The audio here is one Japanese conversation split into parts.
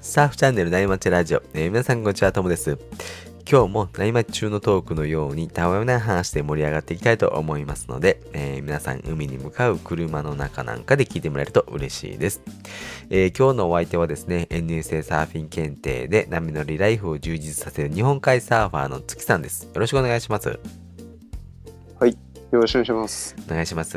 サーフチャンネルなりまちラジオ、皆さんこんにちは、ともです。今日もなりまち中のトークのようにたわいない話で盛り上がっていきたいと思いますので、皆さん海に向かう車の中なんかで聞いてもらえると嬉しいです。今日のお相手はですね、NSA サーフィン検定で波乗りライフを充実させる日本海サーファーの月さんです。よろしくお願いします。 はい、よろしくお願いします。 お願いします。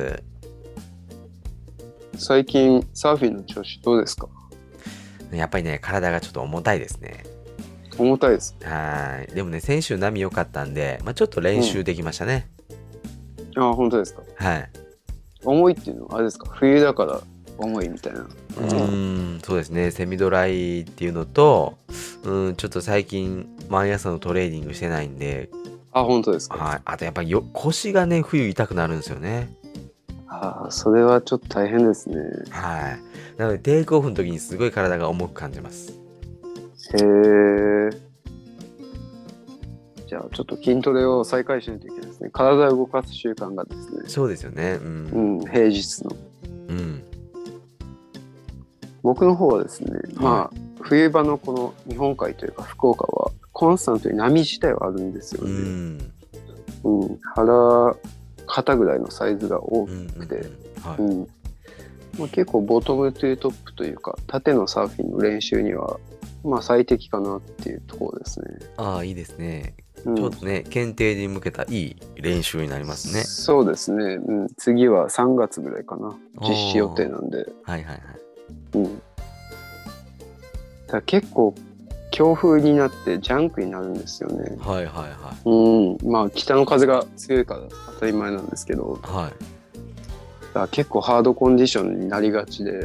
最近サーフィンの調子どうですか？ やっぱりね、体がちょっと重たいですね。 重たいです。 はい。でもね、先週波良かったんで、ちょっと練習できましたね。 本当ですか？ はい。 重いっていうのはあれですか？冬だから重いみたいな。 そうですね。セミドライっていうのと、ちょっと最近毎朝のトレーニングしてないんで、 本当ですか？ はい。あとやっぱり腰がね、冬痛くなるんですよね。 それはちょっと大変ですね。 はい。なのでテイクオフの時にすごい体が重く感じます。 へえ。じゃあちょっと筋トレを再開しないといけないですね。体を動かす習慣がですね。 そうですよね。 平日の。 うん。 僕の方はですね、冬場のこの日本海というか福岡はコンスタントに波自体はあるんですよね。肩ぐらいのサイズが多くて、結構ボトムトゥートップというか縦のサーフィンの練習には最適かなっていうところですね。 いいですね。ちょっとね、検定に向けたいい練習になりますね。 そうですね。次は3月ぐらいかな。実施予定なんで。だ結構強風になってジャンクになるんですよね。北の風が強いから当たり前なんですけど、だから結構ハードコンディションになりがちで、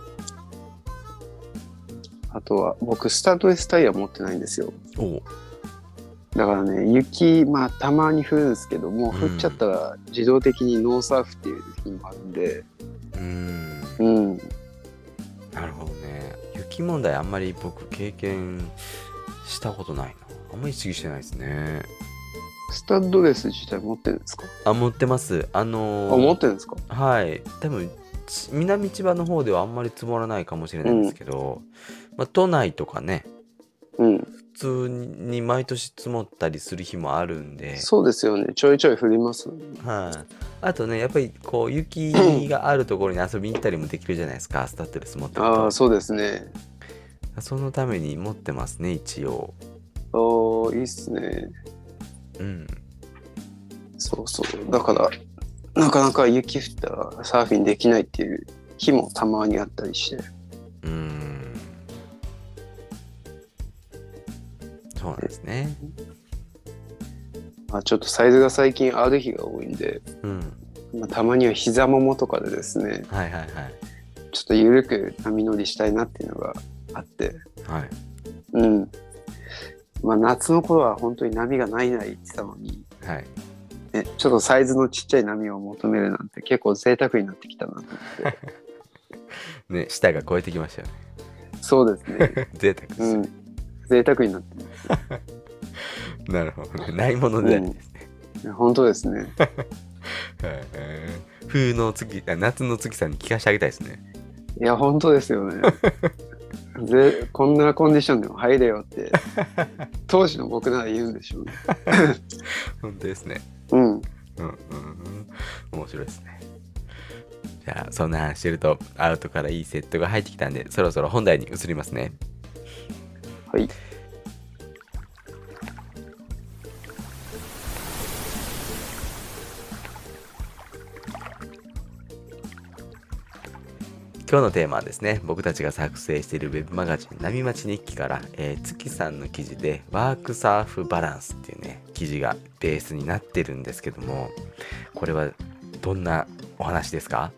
あとは僕スタッドレスタイヤ持ってないんですよ。だからね、雪たまに降るんですけど、もう降っちゃったら自動的にノーサーフっていう日もあるんで。 なるほどね。雪問題あんまり僕経験したことないな。あんまり意識してないですね。 スタッドレス自体持ってるんですか？ 持ってます。 持ってるんですか？ はい。多分南千葉の方ではあんまり積もらないかもしれないんですけど、都内とかね、普通に毎年積もったりする日もあるんで。 そうですよね。ちょいちょい降ります。 あとね、やっぱりこう雪があるところに遊びに行ったりもできるじゃないですか、スタッドレス持ってると。 そうですね。 そのために持ってますね、一応。 いいっすね。そうそう。だからなかなか雪降ったらサーフィンできないっていう日もたまにあったりして。 そうなんですね。 ちょっとサイズが最近ある日が多いんで、たまには膝ももとかでですね、ちょっと緩く波乗りしたいなっていうのがあって、夏の頃は本当に波がないない言ってたのに、ちょっとサイズのちっちゃい波を求めるなんて結構贅沢になってきたなと思ってね、舌が超えてきましたよね。 そうですね。 贅沢ですね。 贅沢になってます。 なるほどね。ないものでないですね。 本当ですね。 冬の月、夏の月さんに聞かせてあげたいですね。 いや本当ですよね。こんなコンディションでも入れよって当時の僕なら言うんでしょうね。 本当ですね。面白いですね。じゃあそんな話してるとアウトからいいセットが入ってきたんで、そろそろ本題に移りますね。 はい。 今日のテーマはですね、僕たちが作成しているウェブマガジン波町日記から、月さんの記事でワークサーフバランスっていうね記事がベースになってるんですけども、これはどんなお話ですか？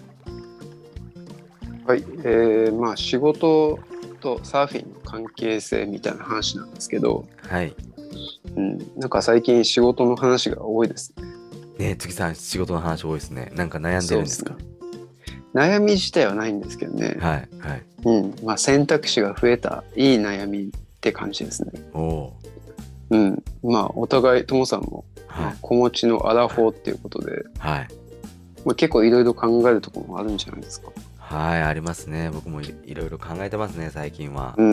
はい、仕事とサーフィンの関係性みたいな話なんですけど、なんか最近仕事の話が多いですね。 月さん仕事の話多いですね。なんか悩んでるんですか？ 悩み自体はないんですけどね。選択肢が増えたいい悩みって感じですね。お互いともさんも、子持ちのアラフォーっていうことで、結構いろいろ考えるところもあるんじゃないですか。 はい、ありますね。僕もいろいろ考えてますね、最近は。 うん。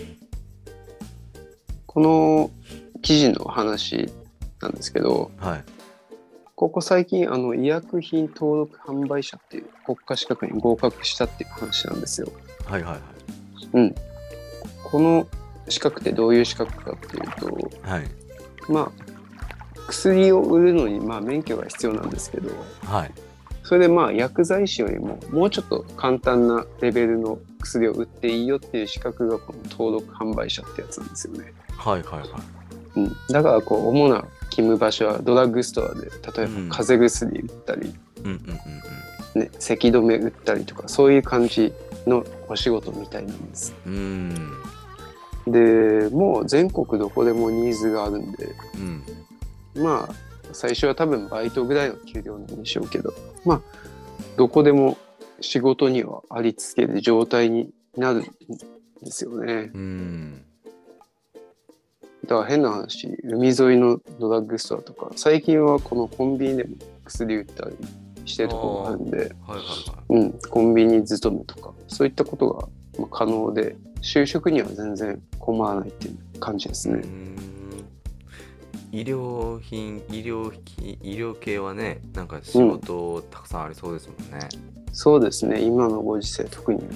この記事の話なんですけど、 はい。 ここ最近医薬品登録販売者っていう国家資格に合格したっていう話なんですよ。 はいはいはい。 うん。この資格ってどういう資格かっていうと、 はい。 まあ薬を売るのに免許が必要なんですけど、 はい。 それで薬剤師よりももうちょっと簡単なレベルの薬を売っていいよっていう資格がこの登録販売者ってやつなんですよね。 はいはいはい。 うん、だから主な勤務場所はドラッグストアで、例えば風邪薬売ったり、ね、咳止め売ったりとか、そういう感じのお仕事みたいなんです。でもう全国どこでもニーズがあるんで、最初は多分バイトぐらいの給料なんでしょうけど、どこでも仕事にはありつける状態になるんですよね。だから変な話、海沿いのドラッグストアとか、最近はこのコンビニでも薬売ったりしてるところがあるんで、コンビニ勤めとか、そういったことが可能で、就職には全然困らないっていう感じですね。 医療系はね、なんか仕事たくさんありそうですもんね。 そうですね、今のご時世特に。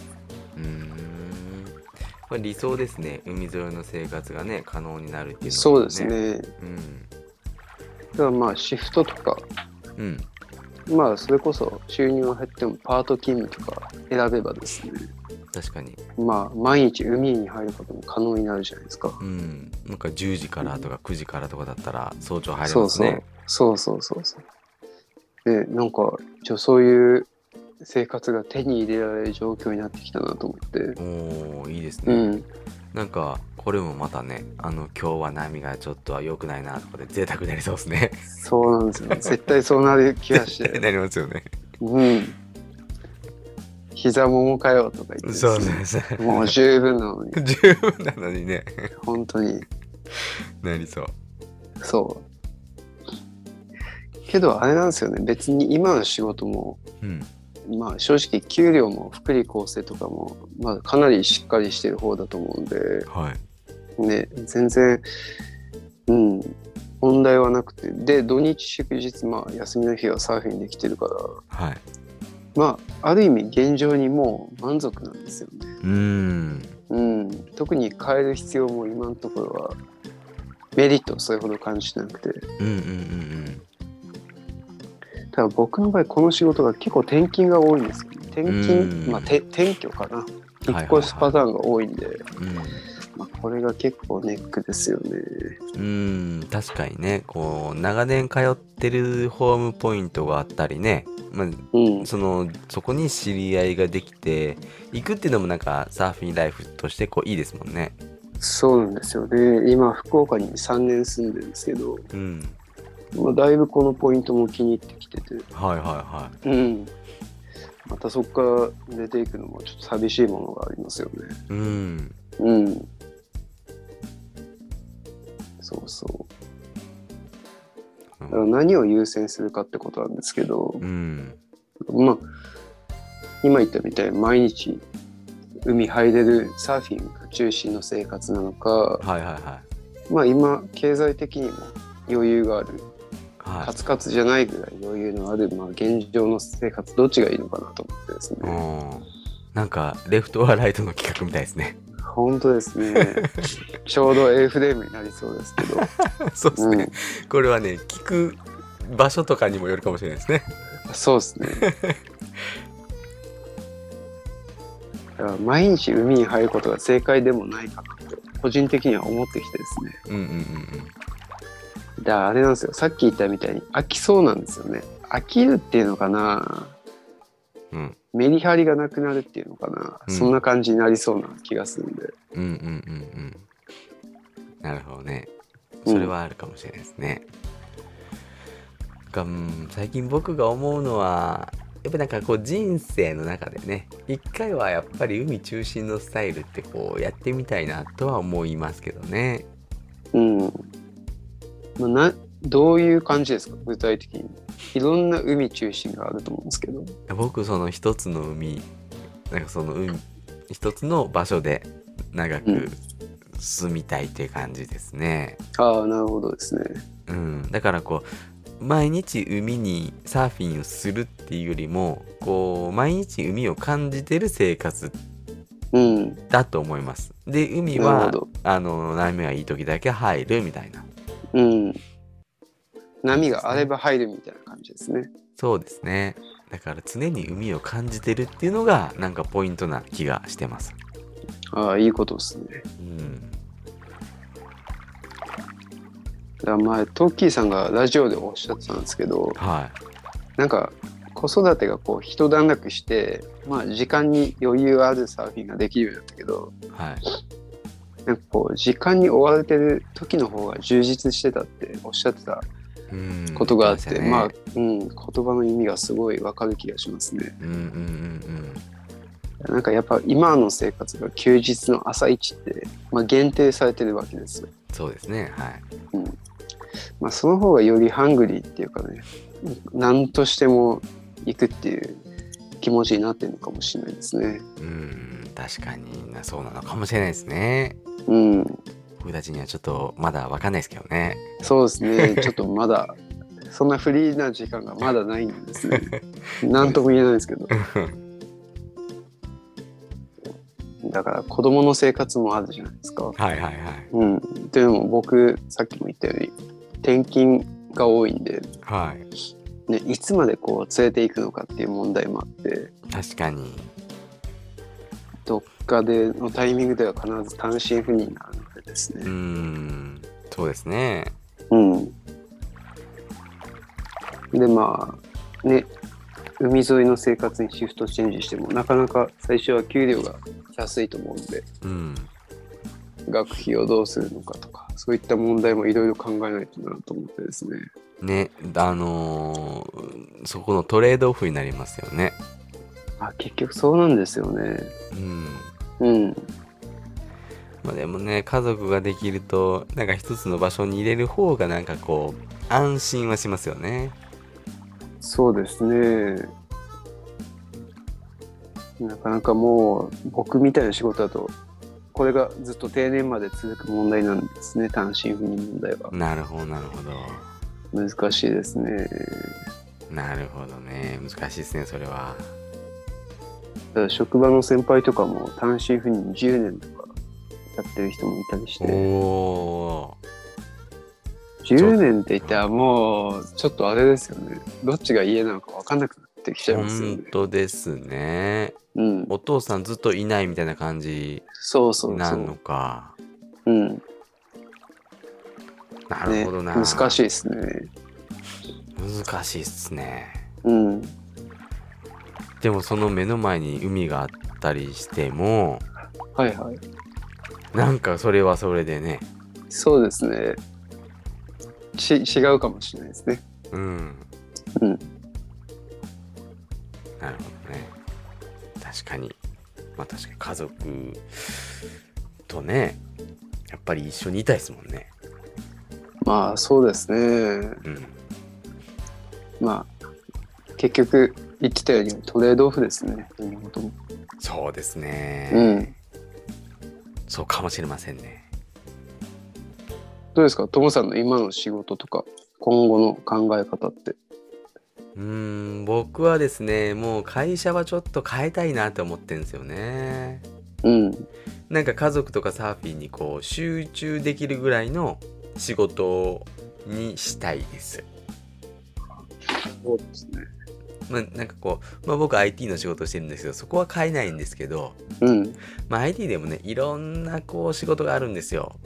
理想ですね。海沿いの生活がね、可能になるっていうのは、ね。 そうですね。だからシフトとか、それこそ収入が減ってもパート勤務とか選べばですね。 確かに。 毎日海に入ることも可能になるじゃないですか。 なんか10時からとか9時からとかだったら早朝入れますね。 そう。で、なんかそういう生活が手に入れられる状況になってきたなと思って。 おー、いいですね。なんかこれもまたね、今日は波がちょっとは良くないなとかで贅沢になりそうですね。 そうなんですよ。絶対そうなる気がして。 絶対なりますよね。 膝ももかよとか言って、 そうもう十分なのに。 十分なのにね。 本当に。 なりそう。 そう。けどあれなんですよね。別に今の仕事も、正直給料も福利厚生とかも、かなりしっかりしてる方だと思うんで、ね、全然、問題はなくて、で土日祝日休みの日はサーフィンできてるから、ある意味現状にもう満足なんですよね。特に変える必要も今のところはメリットをそれほど感じてなくて。ただ僕の場合この仕事が結構転勤が多いんですよね。転勤、転居かな。引っ越すパターンが多いんで、これが結構ネックですよね。 確かにね、こう長年通ってるホームポイントがあったりね、そこに知り合いができて行くっていうのもなんかサーフィンライフとしてこういいですもんね。 そうなんですよね。今福岡に3年住んでるんですけど、だいぶこのポイントも気に入ってきてて、またそこから出ていくのもちょっと寂しいものがありますよね。だから何を優先するかってことなんですけど、今言ったみたいに毎日海入れるサーフィンが中心の生活なのか、今経済的にも余裕がある、カツカツじゃないぐらい余裕のある、現状の生活どっちがいいのかなと思ってですね。 なんかレフトはライトの企画みたいですね。 本当ですね。ちょうど A フレームになりそうですけど。 そうですね、これはね聞く場所とかにもよるかもしれないですね。 そうですね。だから毎日海に入ることが正解でもないかなと個人的には思ってきてですね。だからあれなんですよ、さっき言ったみたいに飽きそうなんですよね。飽きるっていうのかな、メリハリがなくなるっていうのかな、そんな感じになりそうな気がするんで。 なるほどね。それはあるかもしれないですね。最近僕が思うのはやっぱなんかこう人生の中でね、一回はやっぱり海中心のスタイルってこうやってみたいなとは思いますけどね。 どういう感じですか、具体的に。いろんな海中心があると思うんですけど。 僕その一つの海なんかその一つの場所で長く住みたいっていう感じですね。 ああ、なるほどですね。 だからこう毎日海にサーフィンをするっていうよりもこう毎日海を感じてる生活だと思います。で海は波がいい時だけ入るみたいな。 波があれば入るみたいな感じですね。 そうですね。だから常に海を感じてるっていうのがなんかポイントな気がしてます。 ああ、いいことですね。だ前トッキーさんがラジオでおっしゃってたんですけど、なんか子育てがこう一段落して、時間に余裕あるサーフィンができるようになったけど、なんかこう時間に追われてる時の方が充実してたっておっしゃってたことがあって、言葉の意味がすごいわかる気がしますね。なんかやっぱ今の生活が休日の朝一って、限定されてるわけですよ。 そうですね。 その方がよりハングリーっていうかね、何としても行くっていう気持ちになってるのかもしれないですね。 確かにそうなのかもしれないですね。僕たちにはちょっとまだ分かんないですけどね。 そうですね。ちょっとまだそんなフリーな時間がまだないんですね。なんとも言えないですけど。だから子供の生活もあるじゃないですか。でも僕さっきも言ったように転勤が多いんで、いつまでこう連れていくのかっていう問題もあって。 確かに。 どっかでのタイミングでは必ず単身赴任になるのでですね。 そうですね。 で海沿いの生活にシフトチェンジしてもなかなか最初は給料が安いと思うんで、学費をどうするのかとかそういった問題もいろいろ考えないとなと思ってですね。 そこのトレードオフになりますよね。 結局そうなんですよね。 でもね、家族ができるとなんか一つの場所に入れる方がなんかこう安心はしますよね。 そうですね。なかなかもう僕みたいな仕事だとこれがずっと定年まで続く問題なんですね。単身赴任問題は。 なるほどなるほど。 難しいですね。 なるほどね。難しいですねそれは。 だから職場の先輩とかも単身赴任10年とかやってる人もいたりして。10年って言ったらもうちょっとあれですよね。どっちが家なのか分かんなくなってきちゃいますよね。 本当ですね。お父さんずっといないみたいな感じになるのか。なるほどな。 難しいですね。 難しいっすね。でもその目の前に海があったりしても、なんかそれはそれでね。 そうですね。違うかもしれないですね。 なるほどね。確かに。確かに家族とね、やっぱり一緒にいたいですもんね。 そうですね。結局言ってたようにトレードオフですね。 そうですね。そうかもしれませんね。 どうですか、トモさんの今の仕事とか今後の考え方って。 僕はですね、もう会社はちょっと変えたいなって思ってるんですよね。なんか家族とかサーフィンにこう集中できるぐらいの仕事にしたいです。 そうですね。 なんかこう、僕 IT の仕事をしてるんですけど、そこは変えないんですけど、IT でもね、いろんなこう仕事があるんですよ。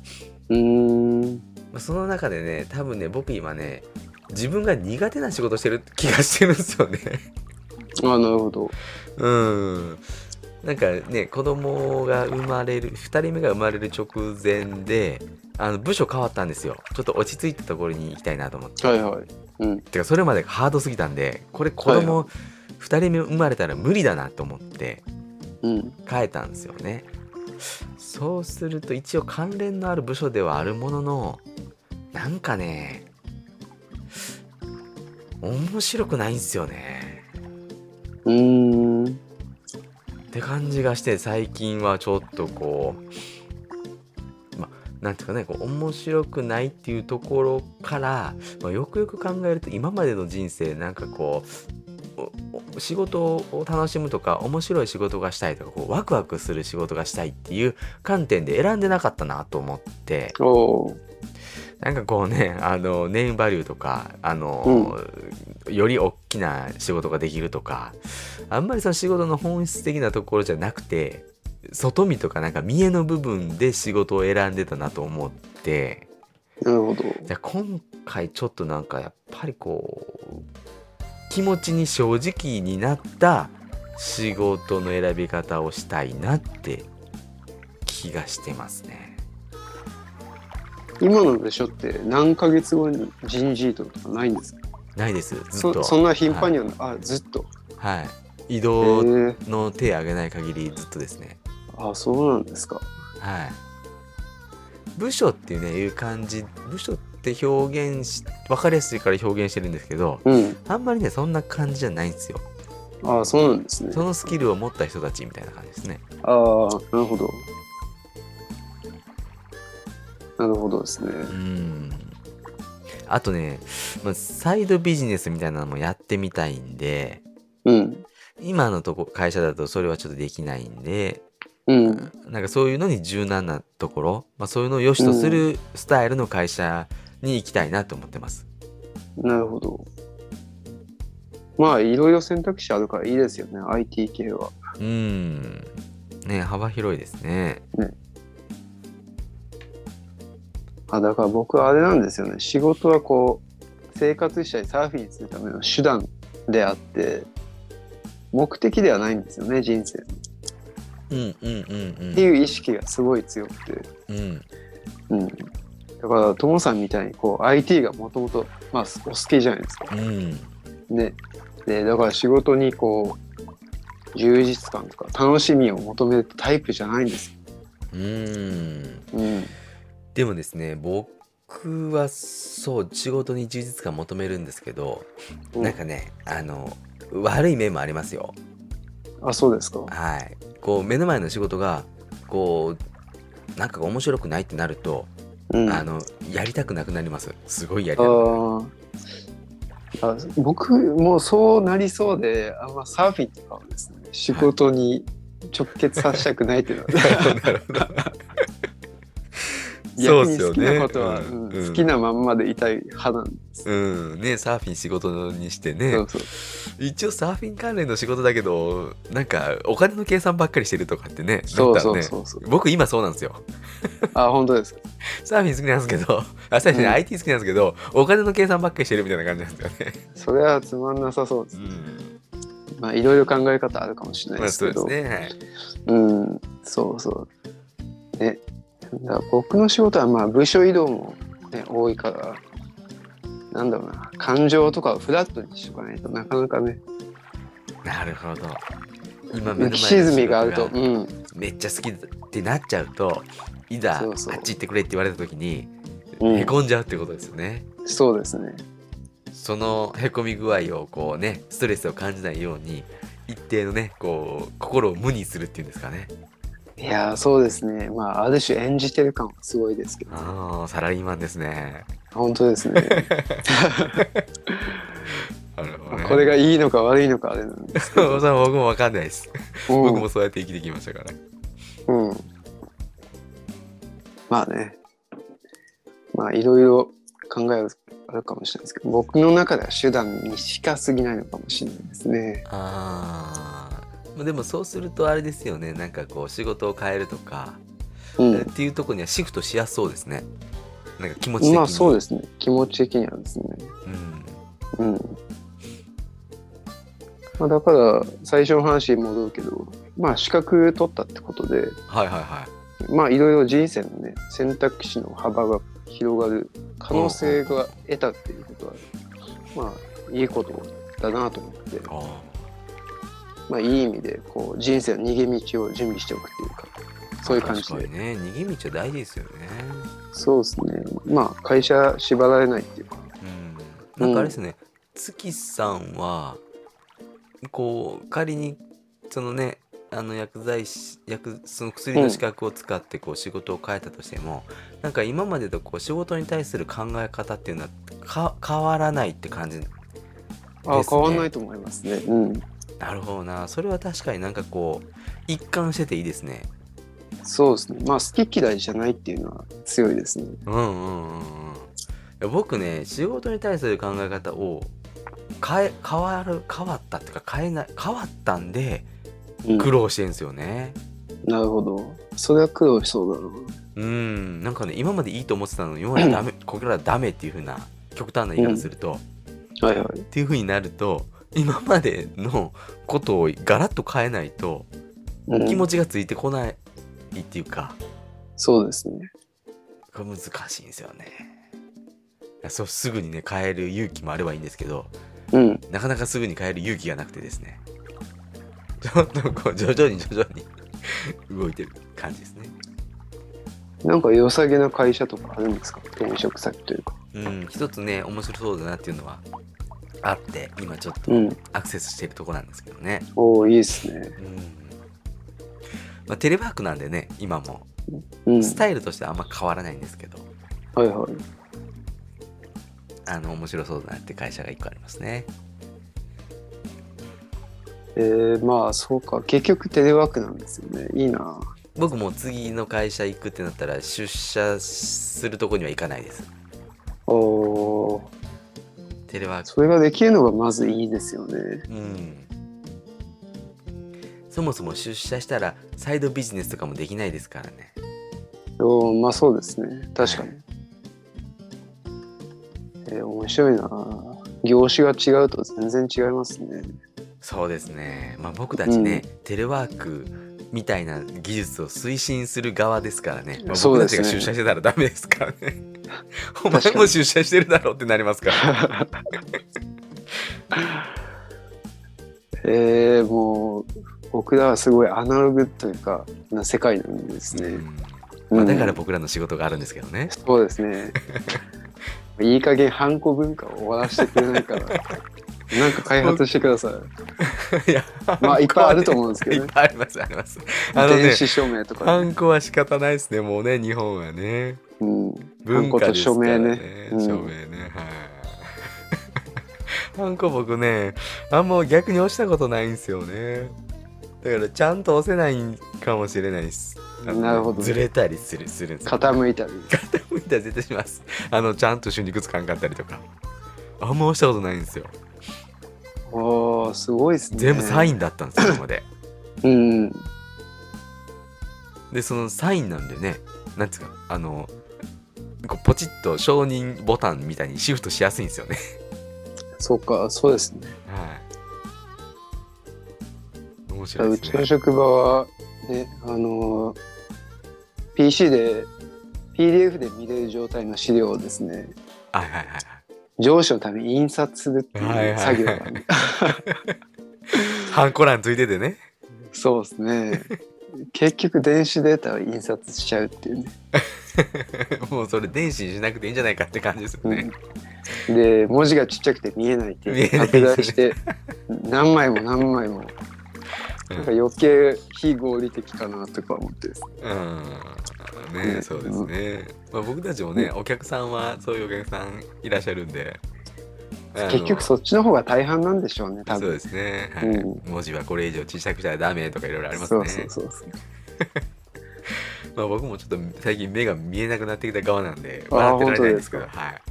その中でね、多分ね、僕今ね、自分が苦手な仕事してる気がしてるんですよね。 なるほど。 なんかね、子供が2人目が生まれる直前で、部署変わったんですよ。ちょっと落ち着いたところに行きたいなと思って。てかそれまでがハードすぎたんで、これ子供2人目生まれたら無理だなと思って変えたんですよね。そうすると一応関連のある部署ではあるものの、なんかね、面白くないんですよね。 って感じがして、最近はちょっとこうなんていうかね、こう面白くないっていうところから、よくよく考えると今までの人生なんかこう仕事を楽しむとか面白い仕事がしたいとかこうワクワクする仕事がしたいっていう観点で選んでなかったなと思って、なんかこうねネームバリューとかより大きな仕事ができるとか、あんまりその仕事の本質的なところじゃなくて外見とかなんか見栄の部分で仕事を選んでたなと思って、 なるほど。 じゃあ今回ちょっとなんかやっぱりこう気持ちに正直になった仕事の選び方をしたいなって気がしてますね。 今の部署って何ヶ月後に人事異動とかないんですか？ ないです。ずっとそんな頻繁には、はい、ずっと。 はい。移動の手を挙げない限りずっとですね。 そうなんですか。 はい。部署っていうねいう感じ、部署って表現し分かりやすいから表現してるんですけど、あんまりねそんな感じじゃないんですよ。 そうなんですね。 そのスキルを持った人たちみたいな感じですね。 なるほど。なるほどですね。 あとね、サイドビジネスみたいなのもやってみたいんで、今の会社だとそれはちょっとできないんで、なんかそういうのに柔軟なところ、そういうのを良しとするスタイルの会社に行きたいなと思ってます。 なるほど。いろいろ選択肢あるからいいですよね、IT 系は。 ね、幅広いですね。 だから僕はあれなんですよね。仕事はこう生活したりサーフィンするための手段であって目的ではないんですよね、人生の。っていう意識がすごい強くて、だからともさんみたいにこう IT がもともとお好きじゃないですか。ね。でだから仕事にこう充実感とか楽しみを求めるタイプじゃないんですよ。 でもですね、僕はそう仕事に充実感求めるんですけど、なんかね悪い面もありますよ。 そうですか。 はい。こう目の前の仕事がこうなんか面白くないってなると、やりたくなくなります。すごいやりたくなる。 僕もそうなりそうで、サーフィンとかはですね、仕事に直結させたくないっていうのは、なるほど。逆に好きなことは好きなまんまでいたい派なんです。 サーフィン仕事にしてね。一応サーフィン関連の仕事だけど、なんかお金の計算ばっかりしてるとかってね。僕今そうなんですよ。 本当ですか。 サーフィン好きなんですけど、IT 好きなんですけど、お金の計算ばっかりしてるみたいな感じなんですよね。 それはつまんなさそうです。いろいろ考え方あるかもしれないですけど。 そうですね。 ね。僕の仕事は部署移動も、ね、多いから、なんだろうな、感情とかをフラットにしとかないとなかなかね。 なるほど。今目の前の浮き沈みがあると、 めっちゃ好きってなっちゃうと、いざあっち行ってくれって言われた時にへこんじゃうってことですよね。 そうですね。 そのへこみ具合をこうね、ストレスを感じないように一定のねこう心を無にするっていうんですかね。 いやそうですね。ある種演じてる感はすごいですけど。 サラリーマンですね。 本当ですね。これがいいのか悪いのかあれなんですけど。 僕も分かんないです。僕もそうやって生きてきましたから。 ね。いろいろ考えあるかもしれないですけど、僕の中では手段にしか過ぎないのかもしれないですね。 でもそうするとあれですよね、なんかこう仕事を変えるとか、っていうところにはシフトしやすそうですね。なんか気持ち的に。 そうですね。気持ち的にはですね。だから最初の話に戻るけど、資格取ったってことで、いろいろ人生のね選択肢の幅が広がる可能性が得たっていうことは、いいことだなと思って。いい意味でこう人生の逃げ道を準備しておくっていうか、そういう感じで。 確かにね、逃げ道は大事ですよね。 そうですね。会社縛られないっていうか。 なんかあれですね、月さんはこう仮にそのねその薬の資格を使ってこう仕事を変えたとしても、なんか今までとこう仕事に対する考え方っていうのは変わらないって感じですね。 変わらないと思いますね。 なるほどな。それは確かになんかこう一貫してていいですね。 そうですね。好き嫌いじゃないっていうのは強いですね。 僕ね、仕事に対する考え方を変わったっていうか変わったんで苦労してるんですよね。 なるほど。それは苦労しそうだな。 なんかね、今までいいと思ってたのに今までダメここからダメっていう風な極端な言い方すると、っていう風になると今までのことをガラッと変えないと気持ちがついてこないっていうか、 そうですね。 これ難しいんですよね。そうすぐにね変える勇気もあればいいんですけど、なかなかすぐに変える勇気がなくてですね、ちょっとこう徐々に動いてる感じですね。 なんか良さげな会社とかあるんですか？転職先というか。 一つね面白そうだなっていうのはあって今ちょっとアクセスしてるとこなんですけどね。 いいですね。 テレワークなんでね今も、スタイルとしてはあんま変わらないんですけど、面白そうだなって会社が1個ありますね。 そうか。結局テレワークなんですよね。いいな。 僕も次の会社行くってなったら出社するとこには行かないです。テレワーク。 それができるのがまずいいですよね。 そもそも出社したらサイドビジネスとかもできないですからね。 そうですね。確かに。面白いな。業種が違うと全然違いますね。 そうですね。僕たちね、テレワークみたいな技術を推進する側ですからね。僕たちが出社してたらダメですからね。お前も出社してるだろうってなりますから。 もう僕らはすごいアナログというかな世界なんですね。 だから僕らの仕事があるんですけどね。 そうですね。いい加減ハンコ文化を終わらせてくれないからなんか開発してください。いや、いっぱいあると思うんですけどね。 いっぱいありますあります。 電子署名とか、 ハンコは仕方ないですね。もうね日本はね。 文化ですからね。 署名ね。ハンコ僕ねあんま逆に押したことないんですよね。だからちゃんと押せないかもしれないです。 なるほど。 ずれたりするんですよ。 傾いたり絶対します。ちゃんと瞬肉つかんかったりとかあんま押したことないんですよ。 すごいですね。 全部サインだったんですよ今まで。でそのサインなんでね、なんですかこうポチッと承認ボタンみたいにシフトしやすいんですよね。 そうか、そうですね。 面白いですね。 うちの職場はね、PC で PDF で見れる状態の資料をですね、上司のために印刷するっていう作業がハンコ欄ついててね。 そうですね。結局電子データを印刷しちゃうっていうね。 もうそれ電子にしなくていいんじゃないかって感じですよね。 で文字がちっちゃくて見えないっていう拡大して何枚も何枚もなんか余計非合理的かなとか思ってですね。そうですね。僕たちもね、お客さんはそういうお客さんいらっしゃるんで、 結局そっちの方が大半なんでしょうね多分。 そうですね。文字はこれ以上小さくしたらダメとかいろいろありますね。そう僕もちょっと最近目が見えなくなってきた側なんで笑ってられないんですけど、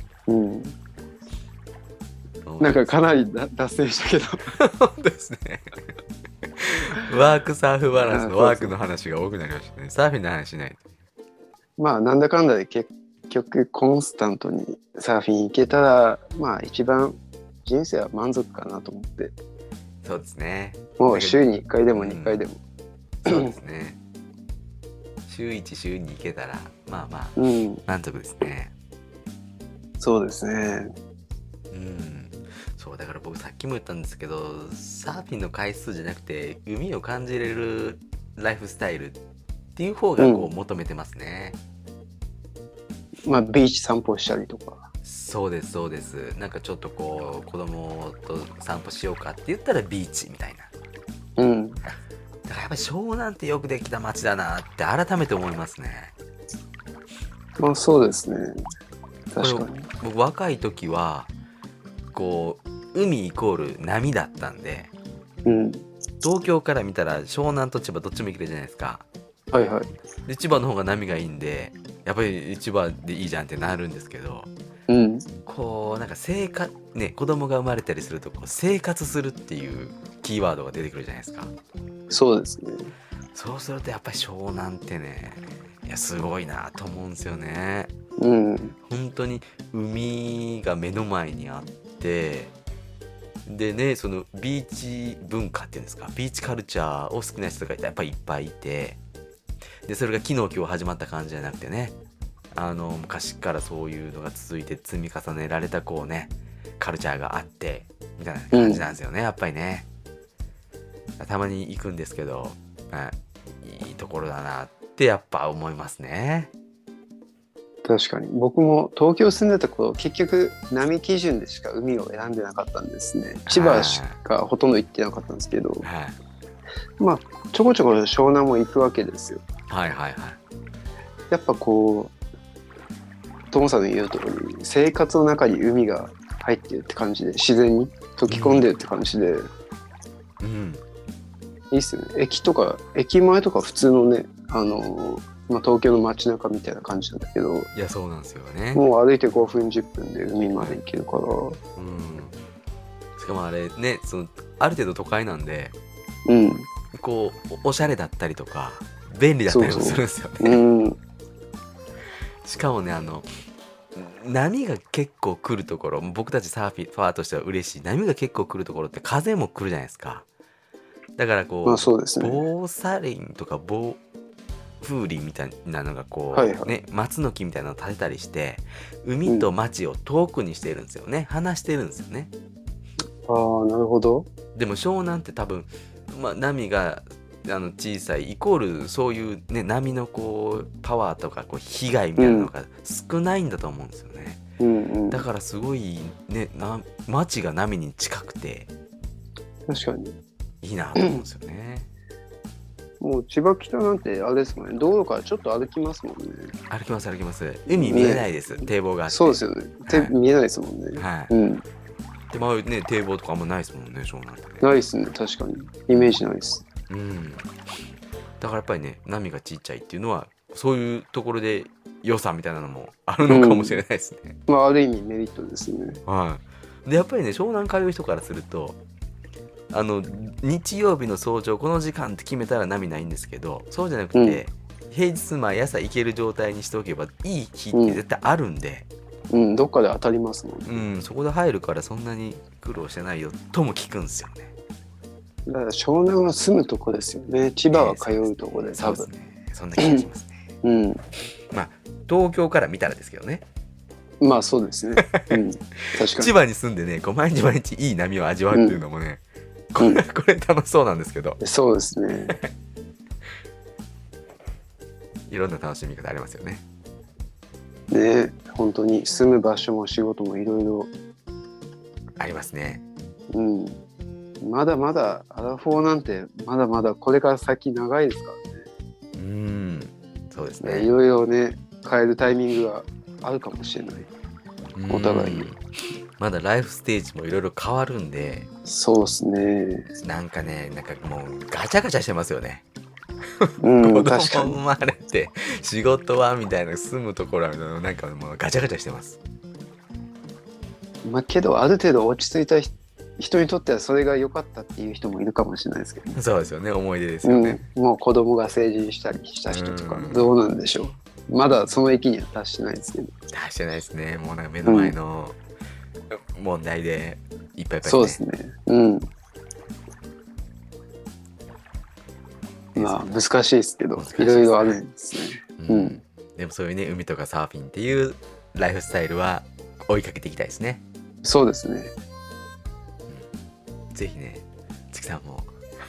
なんかかなり脱線したけど本当ですね。ワークサーフバランスのワークの話が多くなりましたね。サーフィンの話しないと。 なんだかんだで結局コンスタントにサーフィン行けたら一番人生は満足かなと思って。 そうですね。 もう週に1回でも2回でも、 そうですね。週1週に行けたら満足ですね。 そうですね。 そうだから僕さっきも言ったんですけど、サーフィンの回数じゃなくて海を感じれるライフスタイルっていう方がこう求めてますね。 ビーチ散歩したりとか。 そうですそうです。なんかちょっとこう子供と散歩しようかって言ったらビーチみたいな。 だからやっぱり湘南ってよくできた街だなって改めて思いますね。 まあそうですね。確かに。 僕若い時はこう海イコール波だったんで、うん、東京から見たら湘南と千葉どっちも行けるじゃないですか。 はいはい。 で千葉の方が波がいいんでやっぱり千葉でいいじゃんってなるんですけど、うん、こうなんかね、子供が生まれたりするとこう生活するっていうキーワードが出てくるじゃないですか。 そうですね。 そうするとやっぱり湘南ってね、いやすごいなと思うんですよね。 うん。 本当に海が目の前にあって、でね、そのビーチ文化っていうんですか、ビーチカルチャーを好きな人がやっぱりいっぱいいて、でそれが昨日今日始まった感じじゃなくてね、昔からそういうのが続いて積み重ねられたこうねカルチャーがあってみたいな感じなんですよね、やっぱりね。たまに行くんですけど、いいところだなってやっぱ思いますね。 確かに僕も東京住んでた頃結局波基準でしか海を選んでなかったんですね。千葉しかほとんど行ってなかったんですけど、まあちょこちょこ湘南も行くわけですよ。 はいはいはい。 やっぱこうトモさんの言う通り生活の中に海が入ってるって感じで自然に溶き込んでるって感じで、うん、いいっすよね。駅とか駅前とか普通のねまあ、東京の街中みたいな感じなんだけど、 いやそうなんですよね。 もう歩いて5分10分で海まで行けるから、うん、 しかもあれね、ある程度都会なんで、 うん、 こうおしゃれだったりとか便利だったりもするんですよね。うん、しかもね波が結構来るところ、僕たちサーファーとしては嬉しい、波が結構来るところって風も来るじゃないですか。だからこう、 まあそうですね、 防砂林とか風鈴みたいなのがこう、はいはい、ね、松の木みたいなのを立てたりして海と町を遠くにしているんですよね、離してるんですよね。 ああ、なるほど。 でも湘南って多分、まあ、波が小さいイコールそういう、ね、波のこうパワーとかこう被害みたいなのが少ないんだと思うんですよね、うんうん、だからすごいね町が波に近くて確かにいいなと思うんですよね。 もう千葉北なんてあれですもんね、道路からちょっと歩きますもんね。 歩きます歩きます。海見えないです、堤防があって。 そうですよね、はい、見えないですもんね。 はい、うん、でもね堤防とかあんまないですもんね、湘南ってね。 ないですね、確かにイメージないです。 うん、だからやっぱりね波がちっちゃいっていうのはそういうところで良さみたいなのもあるのかもしれないですね、 まあある意味メリットですね。 はい。でやっぱりね湘南通う人からすると日曜日の早朝この時間って決めたら波ないんですけど、そうじゃなくて、平日毎朝行ける状態にしておけばいい日って絶対あるんで、 どっかで当たりますもんね、そこで入るからそんなに苦労してないよとも聞くんですよね。 だから湘南は住むとこですよね。千葉は通うとこで、多分そうですね、そんな気がしますね。まあ東京から見たらですけどね。 まあそうですね、確かに千葉に住んでねこう毎日毎日いい波を味わうっていうのもね、これ楽しそうなんですけど、 そうですねいろんな楽しみ方ありますよね。 ね、本当に住む場所も仕事もいろいろありますね。 まだまだアラフォーなんてまだまだこれから先長いですからね。そうですね。 いろいろね変えるタイミングがあるかもしれない。お互いにまだライフステージもいろいろ変わるんで。 そうですね。 なんかもうガチャガチャしてますよね。 確かに。 生まれて仕事はみたいな、住むところはみたいな、なんかもうガチャガチャしてます。 まあけどある程度落ち着いた人にとってはそれが良かったっていう人もいるかもしれないですけど、 そうですよね、思い出ですよね。 もう子供が成人したりした人とかどうなんでしょう。まだその域には達してないですけど。 達してないですね。もうなんか目の前の問題でいっぱいいっぱい、ね、 そうですね。まあ難しいですけど、いろいろあるんですね。 でもそういうね海とかサーフィンっていうライフスタイルは追いかけていきたいですね。 そうですね。 ぜひね、ちきさんも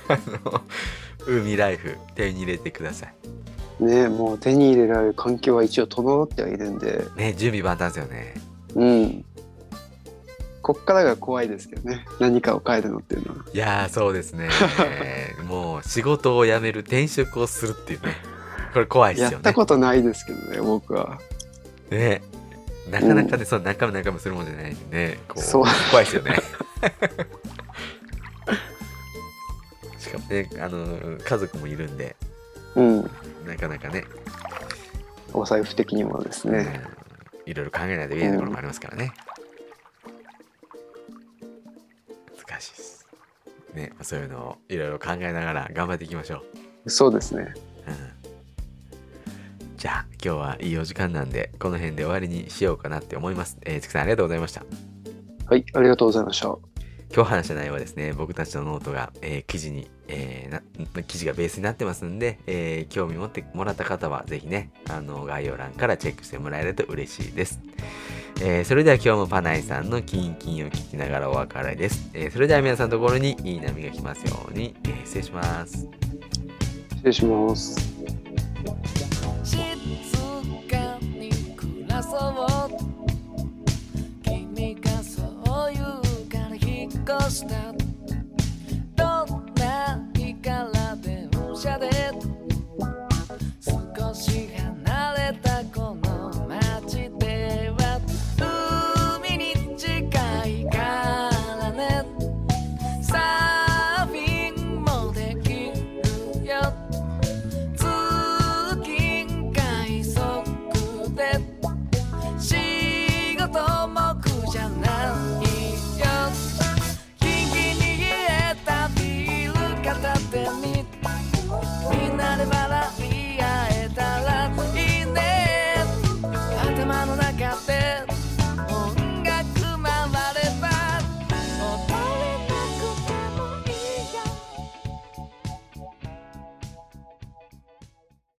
海ライフ手に入れてください。 ね、もう手に入れられる環境は一応整ってはいるんで。 ね、準備万端ですよね。 こっからが怖いですけどね、何かを変えるのっていうのは。 いやーそうですねもう仕事を辞める、転職をするっていうね、これ怖いですよね。 やったことないですけどね、僕は。 ね、なかなかね、その中身するもんじゃないんで、こうそう怖いですよねしかもね、家族もいるんで、なかなかね、 お財布的にもですね、 いろいろ考えないといけないところもありますからね、難しいですね。そういうのをいろいろ考えながら頑張っていきましょう。そうですね、 じゃあ今日はいいお時間なんで、この辺で終わりにしようかなって思います。つくさんありがとうございました。 はい、ありがとうございました。 今日話した内容はですね、僕たちのノートが、記事がベースになってますんで、興味持ってもらった方はぜひね、概要欄からチェックしてもらえると嬉しいです。それでは今日もパナイさんのキンキンを聞きながらお別れです。それでは皆さんのところにいい波が来ますように、失礼します。 失礼します。 静かに暮らそう、君がそう言うから引っ越した